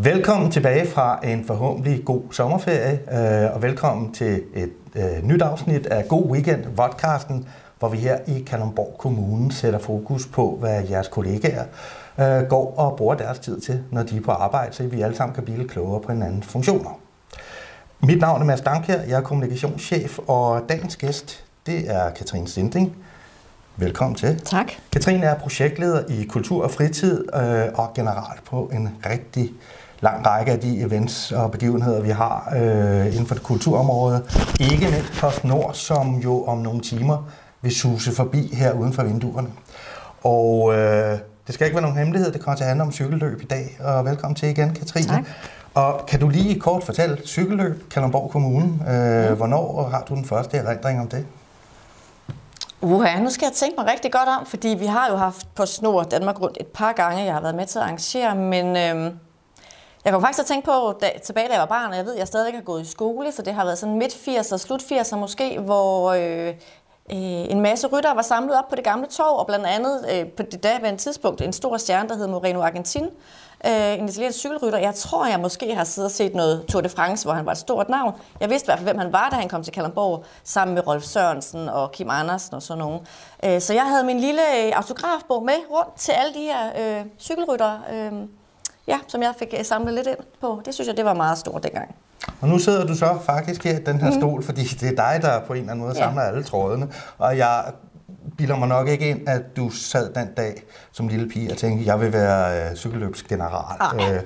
Velkommen tilbage fra en forhåbentlig god sommerferie, og velkommen til et nyt afsnit af God Weekend podcasten, hvor vi her i Kalundborg Kommune sætter fokus på, hvad jeres kollegaer går og bruger deres tid til, når de er på arbejde, så vi alle sammen kan blive lidt klogere på hinandens funktioner. Mit navn er Mads Damkjær, jeg er kommunikationschef, og dagens gæst, det er Katrine Sinding. Velkommen til. Tak. Katrine er projektleder i Kultur og Fritid og generelt på en rigtig lang række af de events og begivenheder, vi har inden for det kulturområde. Ikke mindst PostNord, som jo om nogle timer vil suse forbi her uden for vinduerne. Og det skal ikke være nogen hemmelighed, det kommer til at handle om cykelløb i dag. Og velkommen til igen, Katrine. Tak. Og kan du lige kort fortælle cykelløb, Kalundborg Kommune, hvornår har du den første erindring om det? Nu skal jeg tænke mig rigtig godt om, fordi vi har jo haft PostNord Danmark rundt et par gange, jeg har været med til at arrangere, men jeg kommer faktisk at tænke på, tilbage da jeg var barn, og jeg ved, at jeg stadig har gået i skole, så det har været sådan midt 80'er, slut 80'er måske, hvor en masse ryttere var samlet op på det gamle torv, og blandt andet på det daværende tidspunkt en stor stjerne, der hed Moreno Argentin, en italiensk cykelrytter. Jeg tror, jeg måske har siddet og set noget Tour de France, hvor han var et stort navn. Jeg vidste i hvert fald, hvem han var, da han kom til Kalundborg, sammen med Rolf Sørensen og Kim Andersen og sådan nogen. Så jeg havde min lille autografbog med rundt til alle de her cykelryttere, som jeg fik samlet lidt ind på. Det synes jeg, det var meget stort dengang. Og nu sidder du så faktisk her i den her stol, fordi det er dig, der på en eller anden måde samler alle trådene. Og jeg bilder mig nok ikke ind, at du sad den dag som lille pige og tænkte, at jeg vil være cykelløbsgeneral.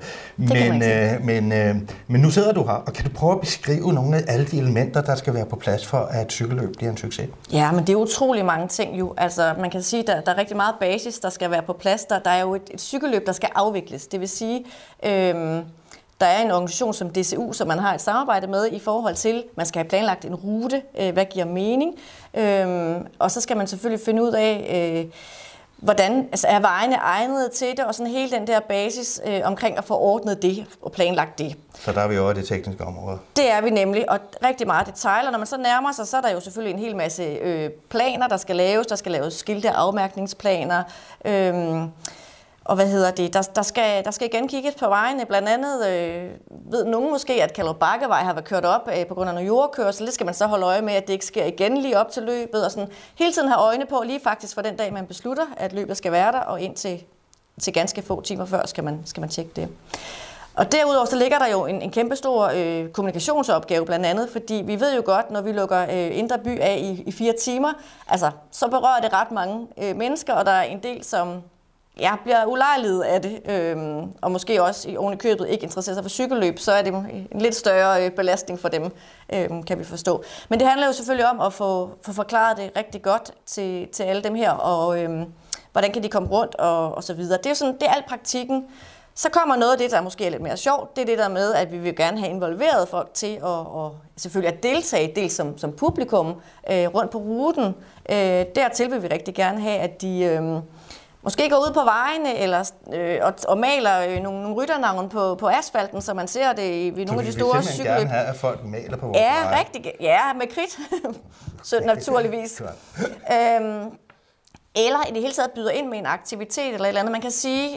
Men nu sidder du her, og kan du prøve at beskrive nogle af alle de elementer, der skal være på plads for, at cykelløb bliver en succes? Ja, men det er utrolig mange ting jo. Altså, man kan sige, at der er rigtig meget basis, der skal være på plads. Der er jo et cykelløb, der skal afvikles. Det vil sige, der er en organisation som DCU, som man har et samarbejde med i forhold til, man skal have planlagt en rute, hvad giver mening, og så skal man selvfølgelig finde ud af, hvordan er vejene egnet til det, og sådan hele den der basis omkring at få ordnet det og planlagt det. Så der er vi over i det tekniske område. Det er vi nemlig, og rigtig meget detaljer. Når man så nærmer sig, så er der jo selvfølgelig en hel masse planer, der skal laves. Der skal laves skilte afmærkningsplaner, og der skal igen kigges på vejene. Blandt andet ved nogen måske, at Kalundborg Bakkevej har været kørt op på grund af noget jordkørsel. Det skal man så holde øje med, at det ikke sker igen lige op til løbet. Og sådan hele tiden have øjne på, lige faktisk for den dag, man beslutter, at løbet skal være der, og indtil til ganske få timer før skal man tjekke det. Og derudover så ligger der jo en kæmpe stor kommunikationsopgave blandt andet, fordi vi ved jo godt, når vi lukker Indre By af i 4 timer, altså så berører det ret mange mennesker, og der er en del, som bliver ulejliget af det, og måske også i oven i købet ikke interesserer sig for cykelløb, så er det en lidt større belastning for dem, kan vi forstå. Men det handler jo selvfølgelig om at få forklaret det rigtig godt til alle dem her, og hvordan kan de komme rundt og så videre. Det er jo sådan, det er al praktikken. Så kommer noget af det, der måske er lidt mere sjovt, det er det der med, at vi vil gerne have involveret folk til at selvfølgelig at deltage, dels som publikum, rundt på ruten. Dertil vil vi rigtig gerne have, at de måske går ud på vejene eller, og maler nogle rytternavn på asfalten, så man ser det ved nogle af de store cykelløb. Så vi vil gerne have, at folk maler på vores veje? Ja, med kridt. Så naturligvis. Eller i det hele taget byder ind med en aktivitet eller et eller andet. Man kan sige,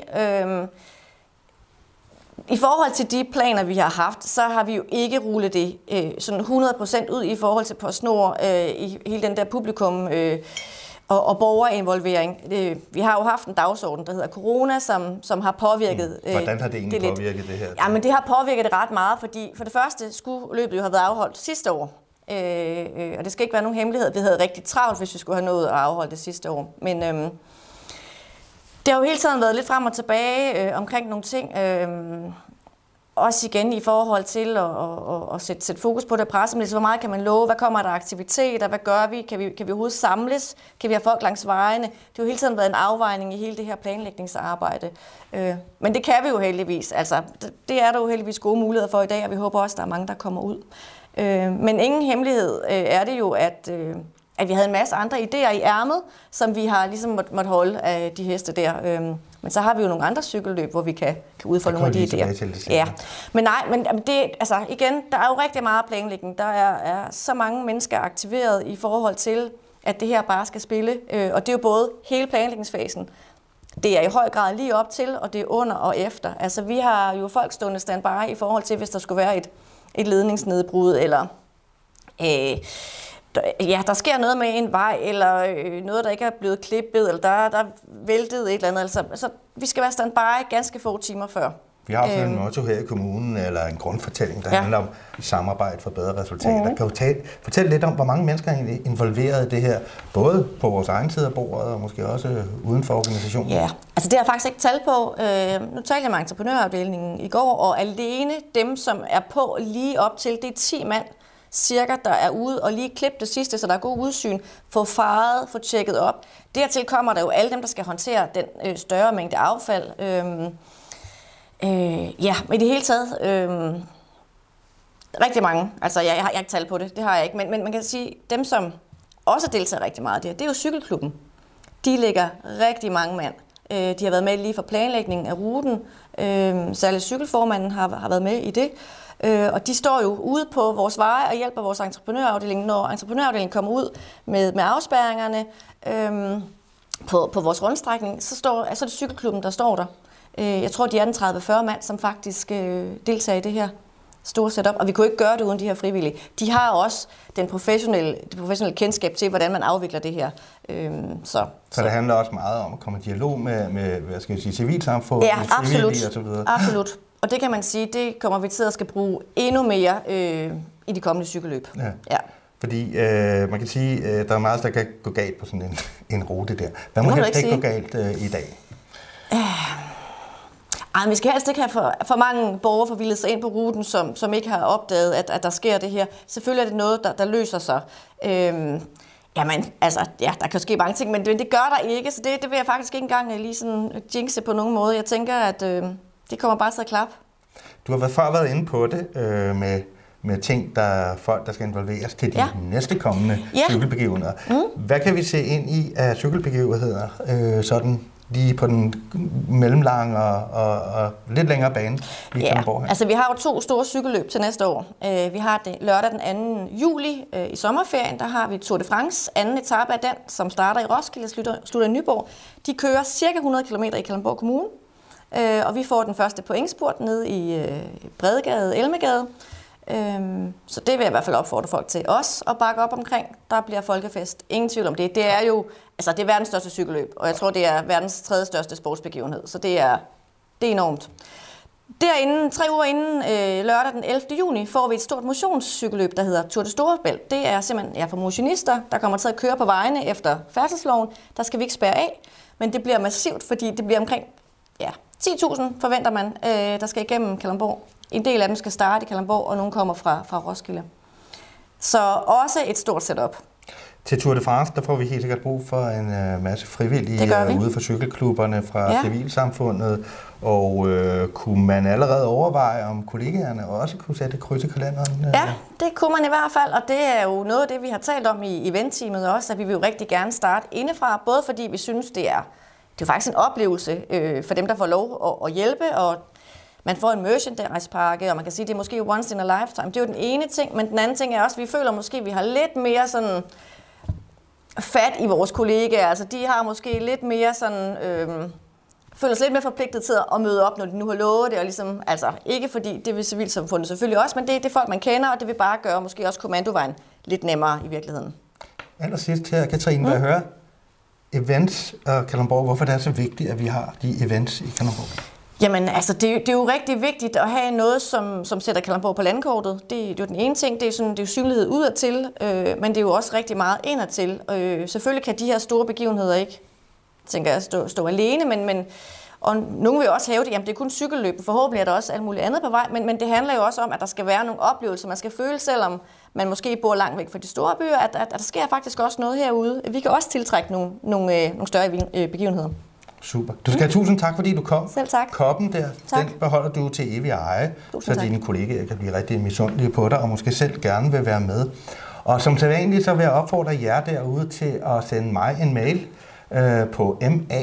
i forhold til de planer, vi har haft, så har vi jo ikke rullet det sådan 100% ud i forhold til PostNord i hele den der publikum og borgerinvolvering. Vi har jo haft en dagsorden, der hedder corona, som har påvirket... Hvordan har det egentlig påvirket det her? Ja, men det har påvirket det ret meget, fordi for det første skulle løbet jo have været afholdt sidste år. Og det skal ikke være nogen hemmelighed. Vi havde rigtig travlt, hvis vi skulle have nået at afholde det sidste år. Men det har jo hele tiden været lidt frem og tilbage omkring nogle ting. Også igen i forhold til at sætte fokus på det pressemeddelelse. Hvor meget kan man love? Hvad kommer der aktiviteter? Hvad gør vi? Kan vi overhovedet samles? Kan vi have folk langs vejene? Det har jo hele tiden været en afvejning i hele det her planlægningsarbejde. Men det kan vi jo heldigvis. Altså, det er der jo heldigvis gode muligheder for i dag, og vi håber også, at der er mange, der kommer ud. Men ingen hemmelighed er det jo, at vi havde en masse andre idéer i ærmet, som vi har ligesom måtte holde af de heste der. Men så har vi jo nogle andre cykelløb, hvor vi kan udfolde nogle af de idéer. Ja. Men nej, men det, altså igen, der er jo rigtig meget planlægning. Der er så mange mennesker aktiveret i forhold til, at det her bare skal spille. Og det er jo både hele planlægningsfasen. det er i høj grad lige op til, og det er under og efter. Altså, vi har jo folk stående standby i forhold til, hvis der skulle være et ledningsnedbrud, eller der sker noget med en vej, eller noget, der ikke er blevet klippet, eller der er væltet et eller andet. Altså, så vi skal være standby ganske få timer før. Vi har også en motto her i kommunen, eller en grundfortælling, der handler om samarbejde for bedre resultater. Kan du fortælle lidt om, hvor mange mennesker er involveret i det her, både på vores egen side af bordet, og måske også uden for organisationen? Ja, altså det har jeg faktisk ikke tal på. Nu talte jeg med entreprenørafdelingen i går, og alene dem, som er på lige op til, det er 10 mand, cirka, der er ude og lige klippe det sidste, så der er god udsyn, få faret, få tjekket op. Dertil kommer der jo alle dem, der skal håndtere den større mængde affald. Men i det hele taget, rigtig mange. Altså, jeg har ikke tal på det, det har jeg ikke. Men man kan sige, dem som også deltager rigtig meget i det er jo cykelklubben. De lægger rigtig mange mand. De har været med lige for planlægningen af ruten. Særligt cykelformanden har været med i det. Og de står jo ude på vores veje og hjælper vores entreprenørafdeling. Når entreprenørafdelingen kommer ud med afspærringerne på vores rundstrækning, så er det cykelklubben, der står der. Jeg tror, de er den 30-40 mand, som faktisk deltager i det her store setup, og vi kunne ikke gøre det uden de her frivillige. De har også det professionelle kendskab til, hvordan man afvikler det her. Så det handler også meget om at komme i dialog med hvad skal jeg sige, civilsamfund, frivillige og så videre. Absolut. Og det kan man sige, det kommer vi til at skal bruge endnu mere i de kommende cykelløb. Ja. Fordi man kan sige, der er meget, der kan gå galt på sådan en rute der. Hvad må helst ikke gå galt i dag? Vi skal helst ikke have for mange borgere forvildet sig ind på ruten, som ikke har opdaget, at der sker det her. Selvfølgelig er det noget, der løser sig. Der kan ske mange ting, men det gør der ikke, så det vil jeg faktisk ikke engang lige sådan jinxe på nogen måde. Jeg tænker, at det kommer bare til at klappe. Du har før været inde på det med ting, folk, der skal involveres til de næste kommende cykelbegivenheder. Hvad kan vi se ind i af cykelbegivenheder, sådan lige på den mellemlange og lidt længere bane i Kalundborg her? Altså vi har jo 2 store cykelløb til næste år. Vi har det lørdag den 2. juli i sommerferien, der har vi Tour de France, anden etape af den, som starter i Roskilde og slutter i Nyborg. De kører cirka 100 km i Kalundborg Kommune, og vi får den første pointspurt nede i Bredegade, Elmegade. Så det vil jeg i hvert fald opfordre folk til os at bakke op omkring. Der bliver folkefest. Ingen tvivl om det. Det er jo det er verdens største cykelløb, og jeg tror, det er verdens 3. største sportsbegivenhed. Så det er enormt. Derinde, 3 uger inden lørdag den 11. juni, får vi et stort motionscykelløb, der hedder Tour de Storebælt. Det er simpelthen for motionister, der kommer til at køre på vejene efter færdselsloven. Der skal vi ikke spærre af, men det bliver massivt, fordi det bliver omkring 10.000 forventer man, der skal igennem Kalundborg. En del af dem skal starte i Kalundborg, og nogle kommer fra Roskilde. Så også et stort setup. Til Tour de France, der får vi helt sikkert brug for en masse frivillige ude fra cykelklubberne, fra civilsamfundet. Og kunne man allerede overveje, om kollegaerne også kunne sætte kryds i kalenderen? Ja, det kunne man i hvert fald, og det er jo noget af det, vi har talt om i eventteamet også, at vi vil jo rigtig gerne starte indefra, både fordi vi synes, det er faktisk en oplevelse for dem, der får lov at hjælpe, og man får en merchandise-pakke, og man kan sige, at det er måske once in a lifetime. Det er jo den ene ting, men den anden ting er også, at vi føler måske, at vi har lidt mere sådan fat i vores kollegaer. Altså, de har måske lidt mere sådan, føler sig lidt mere forpligtet til at møde op, når de nu har lovet det, og ligesom, altså ikke fordi det vil civilsamfundet selvfølgelig også, men det er folk, man kender, og det vil bare gøre måske også kommandovejen lidt nemmere i virkeligheden. Allersidst her, Katrine, vil jeg høre events og Kalundborg, hvorfor det er så vigtigt, at vi har de events i Kalundborg? Jamen, altså, det er jo rigtig vigtigt at have noget, som sætter Kalundborg på landkortet. Det er jo den ene ting, det er jo synlighed udadtil, men det er jo også rigtig meget indadtil. Selvfølgelig kan de her store begivenheder ikke, tænker jeg, stå alene, men og nogen vil jo også have det, jamen det er kun cykelløb, forhåbentlig er der også alt muligt andet på vej, men det handler jo også om, at der skal være nogle oplevelser, man skal føle, selvom man måske bor langt væk fra de store byer, at der sker faktisk også noget herude. Vi kan også tiltrække nogle større begivenheder. Super. Du skal have tusind tak, fordi du kom. Selv tak. Koppen der, den beholder du til evig eje, så dine kollegaer kan blive rigtig misundelige på dig, og måske selv gerne vil være med. Og som sædvanligt, så vil jeg opfordre jer derude til at sende mig en mail på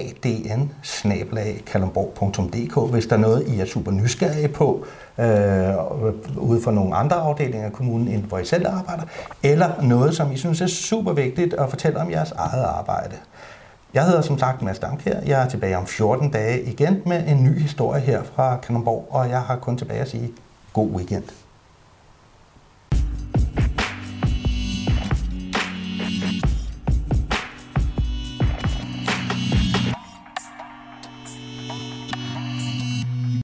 madn@kalundborg.dk, hvis der er noget, I er super nysgerrige på, ude for nogle andre afdelinger af kommunen, end hvor I selv arbejder, eller noget, som I synes er super vigtigt at fortælle om jeres eget arbejde. Jeg hedder som sagt Mads Damkjær. Jeg er tilbage om 14 dage igen med en ny historie her fra Kalundborg, og jeg har kun tilbage at sige god weekend.